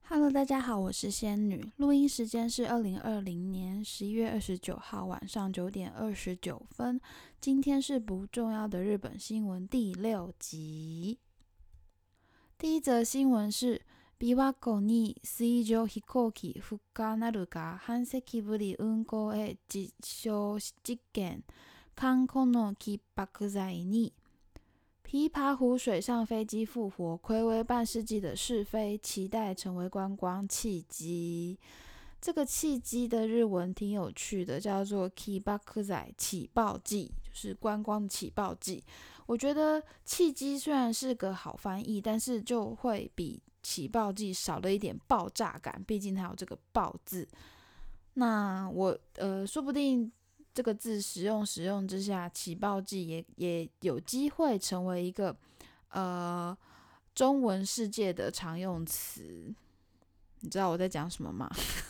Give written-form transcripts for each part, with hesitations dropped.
Hello，大家好，我是仙女。录音时间是2020年11月29号晚上9点29分。今天是不重要的日本新闻第6集。第一则新闻是琵琶湖に水上飛行機フッカナルが半世紀ぶり運航へ実証実験観光の起爆剤に琵琶湖水上飞机复活，睽违半世纪的试飞，期待成为观光契机。这个契机的日文挺有趣的，叫做 Kibakuzai 起爆剂，就是观光的起爆剂。我觉得契机虽然是个好翻译，但是就会比起爆剂少了一点爆炸感，毕竟它有这个爆字。那我说不定这个字使用之下，起爆剂也有机会成为一个中文世界的常用词。你知道我在讲什么吗？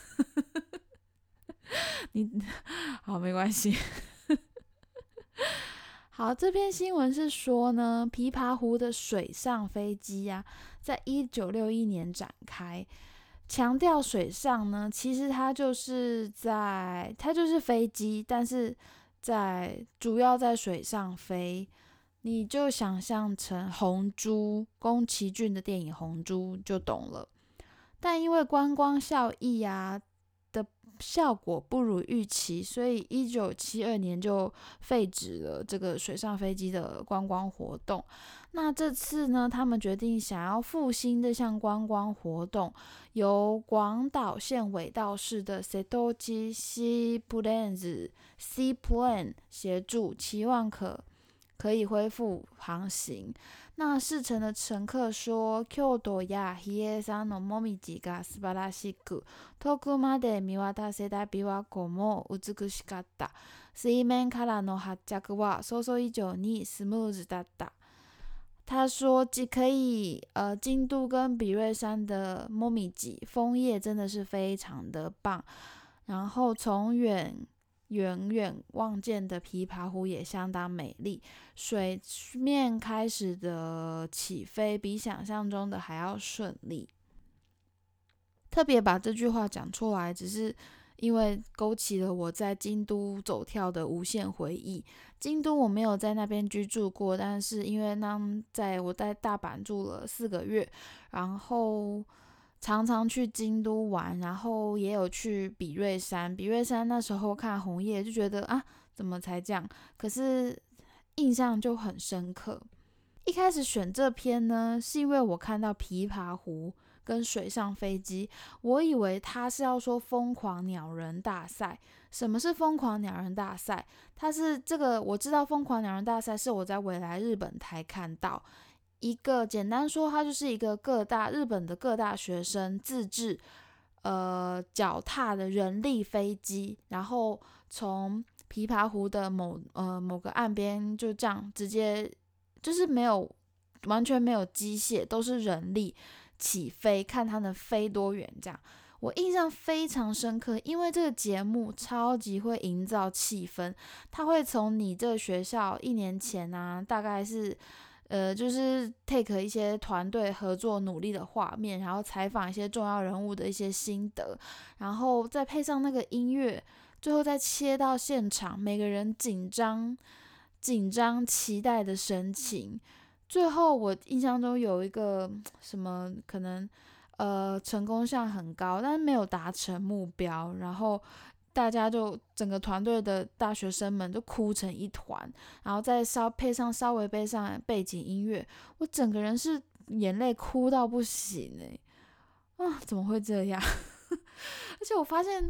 好，没关系。好，这篇新闻是说呢，琵琶湖的水上飞机啊，在1961年展开。强调水上呢，其实它就是飞机，但是主要在水上飞，你就想象成红猪，宫崎骏的电影《红猪》就懂了。但因为观光效益的效果不如预期，所以1972年就废止了这个水上飞机的观光活动。那这次呢，他们决定想要复兴这项观光活动，由广岛县尾道市的 Setoji Seaplane 协助，期望可以恢复航行。那事成的乘客说，京都や比叡山のもみじが素晴らしく、遠くまで見渡せた琵琶湖も美しかった。水面からの発着は想像以上にスムーズだった。他说，既可以京都跟比叡山的もみじ枫叶真的是非常的棒，然后从远远望见的琵琶湖也相当美丽，水面开始的起飞比想象中的还要顺利。特别把这句话讲出来，只是因为勾起了我在京都走跳的无限回忆。京都我没有在那边居住过，但是因为我在大阪住了4个月，然后常常去京都玩，然后也有去比叡山。比叡山那时候看红叶就觉得怎么才这样？可是印象就很深刻。一开始选这篇呢，是因为我看到琵琶湖跟水上飞机，我以为他是要说疯狂鸟人大赛。什么是疯狂鸟人大赛？它是我知道疯狂鸟人大赛是我在未来日本台看到。简单说，它就是一个日本的各大学生自制脚踏的人力飞机，然后从琵琶湖的某个岸边就这样直接就是完全没有机械，都是人力起飞，看它能飞多远这样。我印象非常深刻，因为这个节目超级会营造气氛，它会从你这个学校1年前大概是就是 take 一些团队合作努力的画面，然后采访一些重要人物的一些心得，然后再配上那个音乐，最后再切到现场，每个人紧张期待的神情。最后我印象中有一个什么可能成功项很高，但是没有达成目标，然后大家就整个团队的大学生们就哭成一团，然后再配上稍微背上背景音乐，我整个人是眼泪哭到不行怎么会这样？而且我发现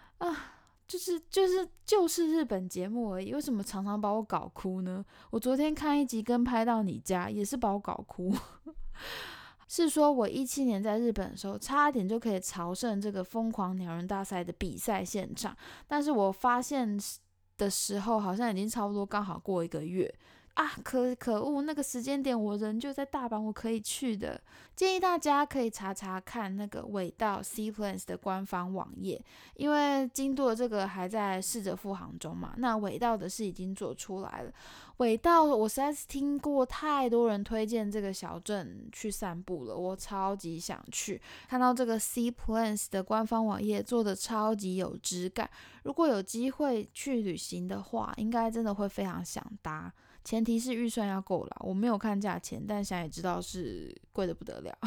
就是日本节目而已，为什么常常把我搞哭呢？我昨天看一集跟拍到你家，也是把我搞哭。是说我17年在日本的时候，差点就可以朝圣这个疯狂鸟人大赛的比赛现场，但是我发现的时候，好像已经差不多刚好过1个月， 啊，可恶，那个时间点我人就在大阪，我可以去的。建议大家可以查查看那个尾道 Seaplans 的官方网页，因为京都的这个还在试着复航中嘛，那尾道的是已经做出来了。尾道我实在是听过太多人推荐这个小镇去散步了，我超级想去。看到这个 Seaplans 的官方网页做的超级有质感，如果有机会去旅行的话，应该真的会非常想搭。前提是预算要够啦，我没有看价钱，但想也知道是贵得不得了。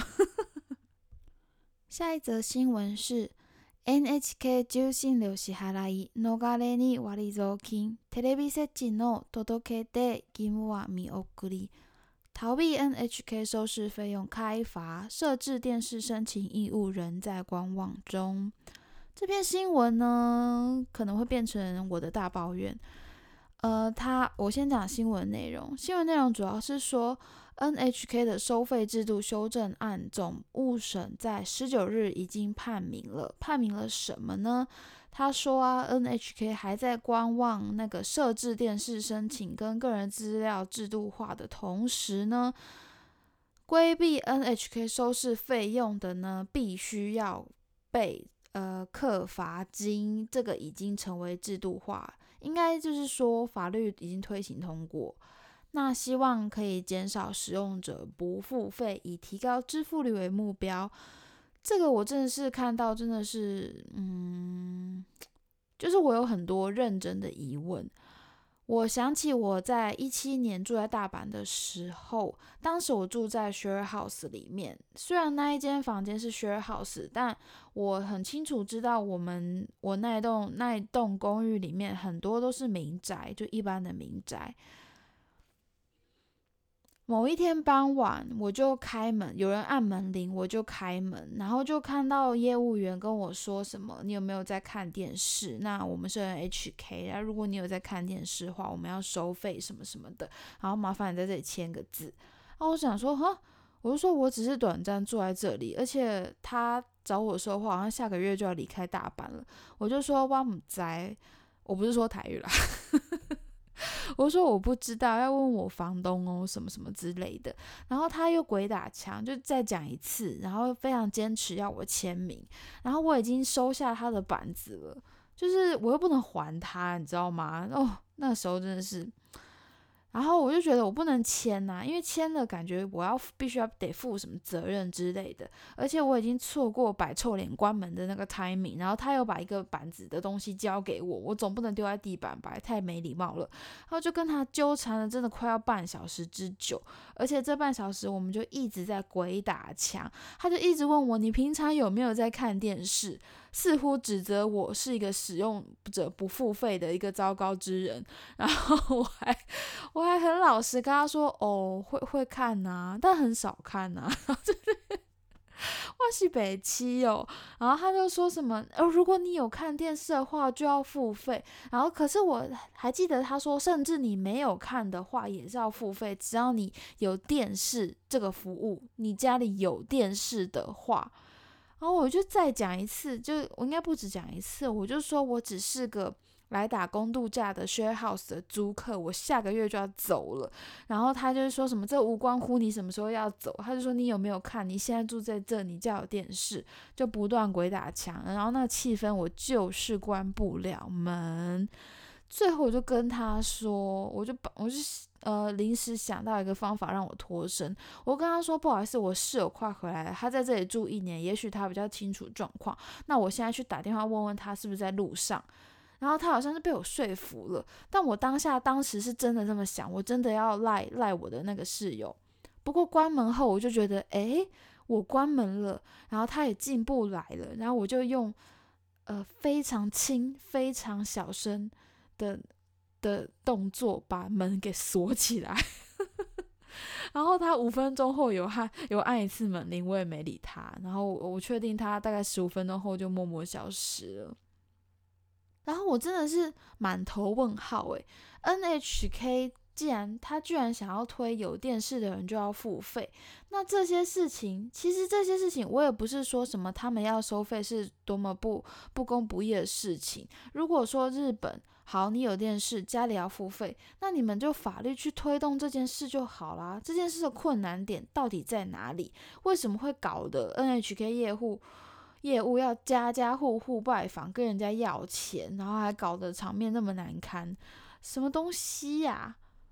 下一則新聞是 NHK 受信料支払い逃れに割増金テレビ設置の届け出義務は見送り逃避 NHK 收视费用开罚，设置电视申请义务仍在观望中。这篇新闻呢，可能会变成我的大抱怨。我先讲新闻内容。新闻内容主要是说 ，NHK 的收费制度修正案总务省在19日已经判明了。判明了什么呢？他说NHK 还在观望那个设置电视申请跟个人资料制度化的同时呢，规避 NHK 收视费用的呢，必须要被课罚金，这个已经成为制度化。应该就是说法律已经推行通过，那希望可以减少使用者不付费，以提高支付率为目标。这个我真的是看到真的是就是我有很多认真的疑问。我想起我在2017年住在大阪的时候，当时我住在 share house 里面，虽然那一间房间是 share house， 但我很清楚知道我那一栋公寓里面很多都是民宅，就一般的民宅。某一天傍晚，我就开门，有人按门铃，我就开门，然后就看到业务员跟我说什么：“你有没有在看电视？那我们是 NHK， 然后如果你有在看电视的话，我们要收费什么什么的，然后麻烦你在这里签个字。”然后我想说，我就说我只是短暂坐在这里，而且他找我说话，好像下个月就要离开大阪了。我就说我不知，我不是说台语啦。我说我不知道，要问我房东哦，什么什么之类的。然后他又鬼打墙，就再讲一次，然后非常坚持要我签名。然后我已经收下他的板子了，就是我又不能还他，你知道吗？那时候真的是。然后我就觉得我不能签因为签了感觉我必须要得负什么责任之类的，而且我已经错过摆臭脸关门的那个 timing， 然后他又把一个板子的东西交给我，我总不能丢在地板吧，太没礼貌了。然后就跟他纠缠了真的快要半小时之久，而且这半小时我们就一直在鬼打墙，他就一直问我你平常有没有在看电视，似乎指责我是一个使用者不付费的一个糟糕之人。然后我还很老实跟他说，会看但很少看我是北七哦。然后他就说什么如果你有看电视的话就要付费，然后可是我还记得他说甚至你没有看的话也是要付费，只要你有电视这个服务，你家里有电视的话。然后我就再讲一次，就我应该不止讲一次，我就说我只是个来打工度假的 share house 的租客，我下个月就要走了。然后他就说什么这无关乎你什么时候要走，他就说你有没有看，你现在住在这，你家有电视，就不断鬼打墙。然后那个气氛我就是关不了门。最后我就跟他说，我就临时想到一个方法让我脱身。我跟他说不好意思，我室友快回来了，他在这里住1年，也许他比较清楚状况，那我现在去打电话问问他是不是在路上。然后他好像是被我说服了，但我当时是真的这么想，我真的要赖我的那个室友。不过关门后我就觉得我关门了，然后他也进不来了，然后我就用非常轻非常小声的动作把门给锁起来。然后他5分钟后有按一次门铃，我也没理他。然后我确定他大概15分钟后就默默消失了。然后我真的是满头问号NHK 他居然想要推有电视的人就要付费，那这些事情我也不是说什么他们要收费是多么不公不义的事情。如果说日本好，你有电视，家里要付费，那你们就法律去推动这件事就好啦。这件事的困难点到底在哪里？为什么会搞得 NHK 业务要家家户户拜访，跟人家要钱，然后还搞得场面那么难堪？什么东西呀、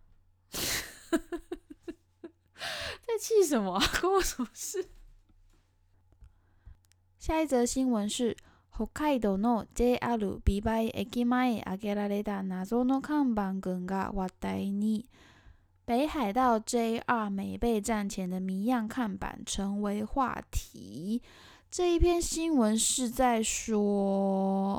在气什么啊？关我什么事？下一则新闻是北海道の JR 美唄駅前挙げられた謎の看板群が話題に。北海道 JR 美唄站前的谜样看板成为话题。这一篇新闻是在说，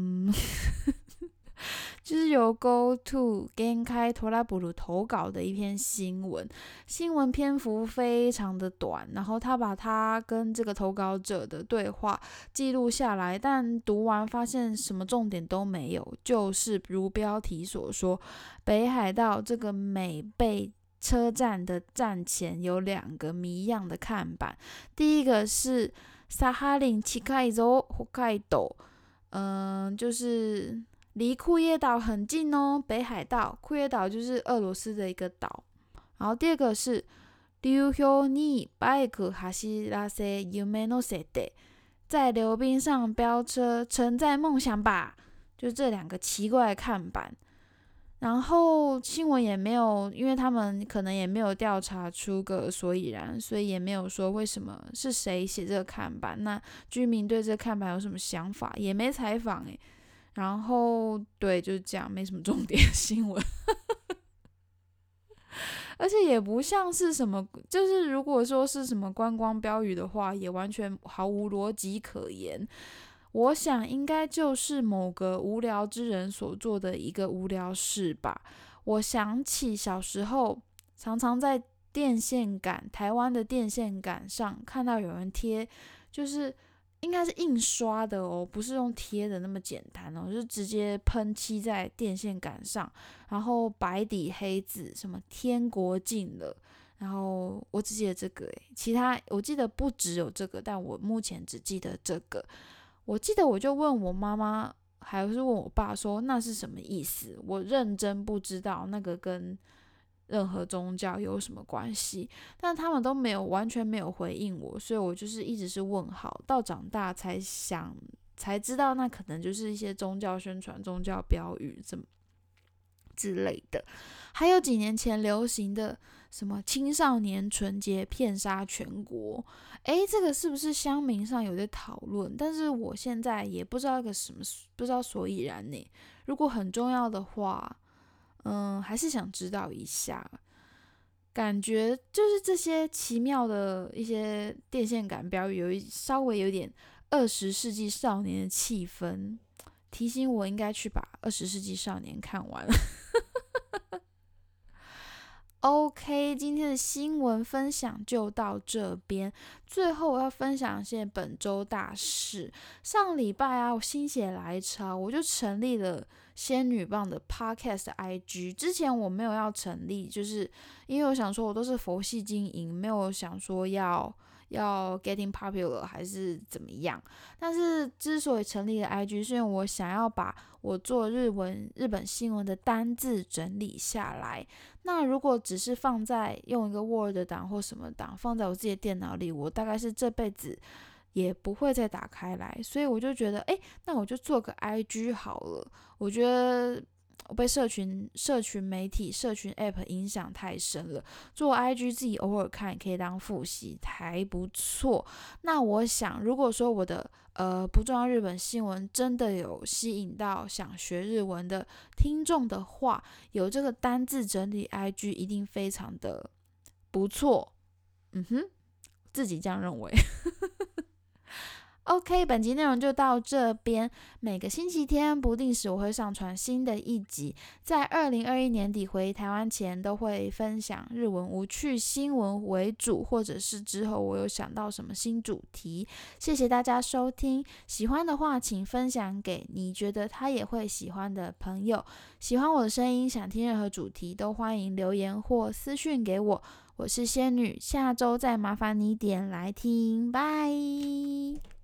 就是由 GoTo Genkai Torablue 投稿的一篇新闻，新闻篇幅非常的短，然后他把他跟这个投稿者的对话记录下来，但读完发现什么重点都没有，就是如标题所说，北海道这个美唄车站的站前有2个谜样的看板，第一个是サハリン近いぞ北海道，就是离库页岛很近哦，北海道。库页岛就是俄罗斯的一个岛。然后第二个是流氷にバイク走らせ夢のせて，在溜冰上飙车，承载梦想吧。就这2个奇怪的看板。然后新闻也没有，因为他们可能也没有调查出个所以然，所以也没有说为什么是谁写这个看板，那居民对这个看板有什么想法，也没采访欸。然后对，就是这样，没什么重点新闻。而且也不像是什么，就是如果说是什么观光标语的话，也完全毫无逻辑可言。我想应该就是某个无聊之人所做的一个无聊事吧。我想起小时候常常在台湾的电线杆上看到有人贴，就是应该是印刷的哦，不是用贴的那么简单哦，就是直接喷漆在电线杆上，然后白底黑字，什么天国近了。然后我只记得这个，其他我记得不只有这个，但我目前只记得这个。我记得我就问我妈妈，还是问我爸说那是什么意思？我认真不知道那个跟任何宗教有什么关系，但他们都完全没有回应我，所以我就是一直是问号，到长大才知道那可能就是一些宗教宣传、宗教标语之类的。还有几年前流行的什么青少年纯洁骗杀全国，这个是不是乡民上有在讨论？但是我现在也不知道不知道所以然呢。如果很重要的话，还是想知道一下。感觉就是这些奇妙的一些电线杆标语，稍微有点20世纪少年的气氛，提醒我应该去把20世纪少年看完。OK， 今天的新闻分享就到这边。最后我要分享一些本周大事。上礼拜啊，我心血来潮，我就成立了仙女棒的 Podcast IG。之前我没有要成立，就是因为我想说我都是佛系经营，没有想说要 getting popular 还是怎么样。但是之所以成立了 IG， 是因为我想要把我做日本新闻的单字整理下来。那如果只是用一个 Word 档或什么档放在我自己的电脑里，我大概是这辈子也不会再打开来。所以我就觉得那我就做个 IG 好了。我觉得我被社群媒体、社群 App 影响太深了，做 IG 自己偶尔看也可以当复习，还不错。那我想，如果说我的不重要日本新闻真的有吸引到想学日文的听众的话，有这个单字整理 IG 一定非常的不错。自己这样认为。OK， 本集内容就到这边。每个星期天不定时我会上传新的一集，在2021年底回台湾前都会分享日文无趣新闻为主，或者是之后我有想到什么新主题。谢谢大家收听，喜欢的话请分享给你觉得他也会喜欢的朋友。喜欢我的声音，想听任何主题都欢迎留言或私讯给我。我是仙女，下周再麻烦你点来听，拜。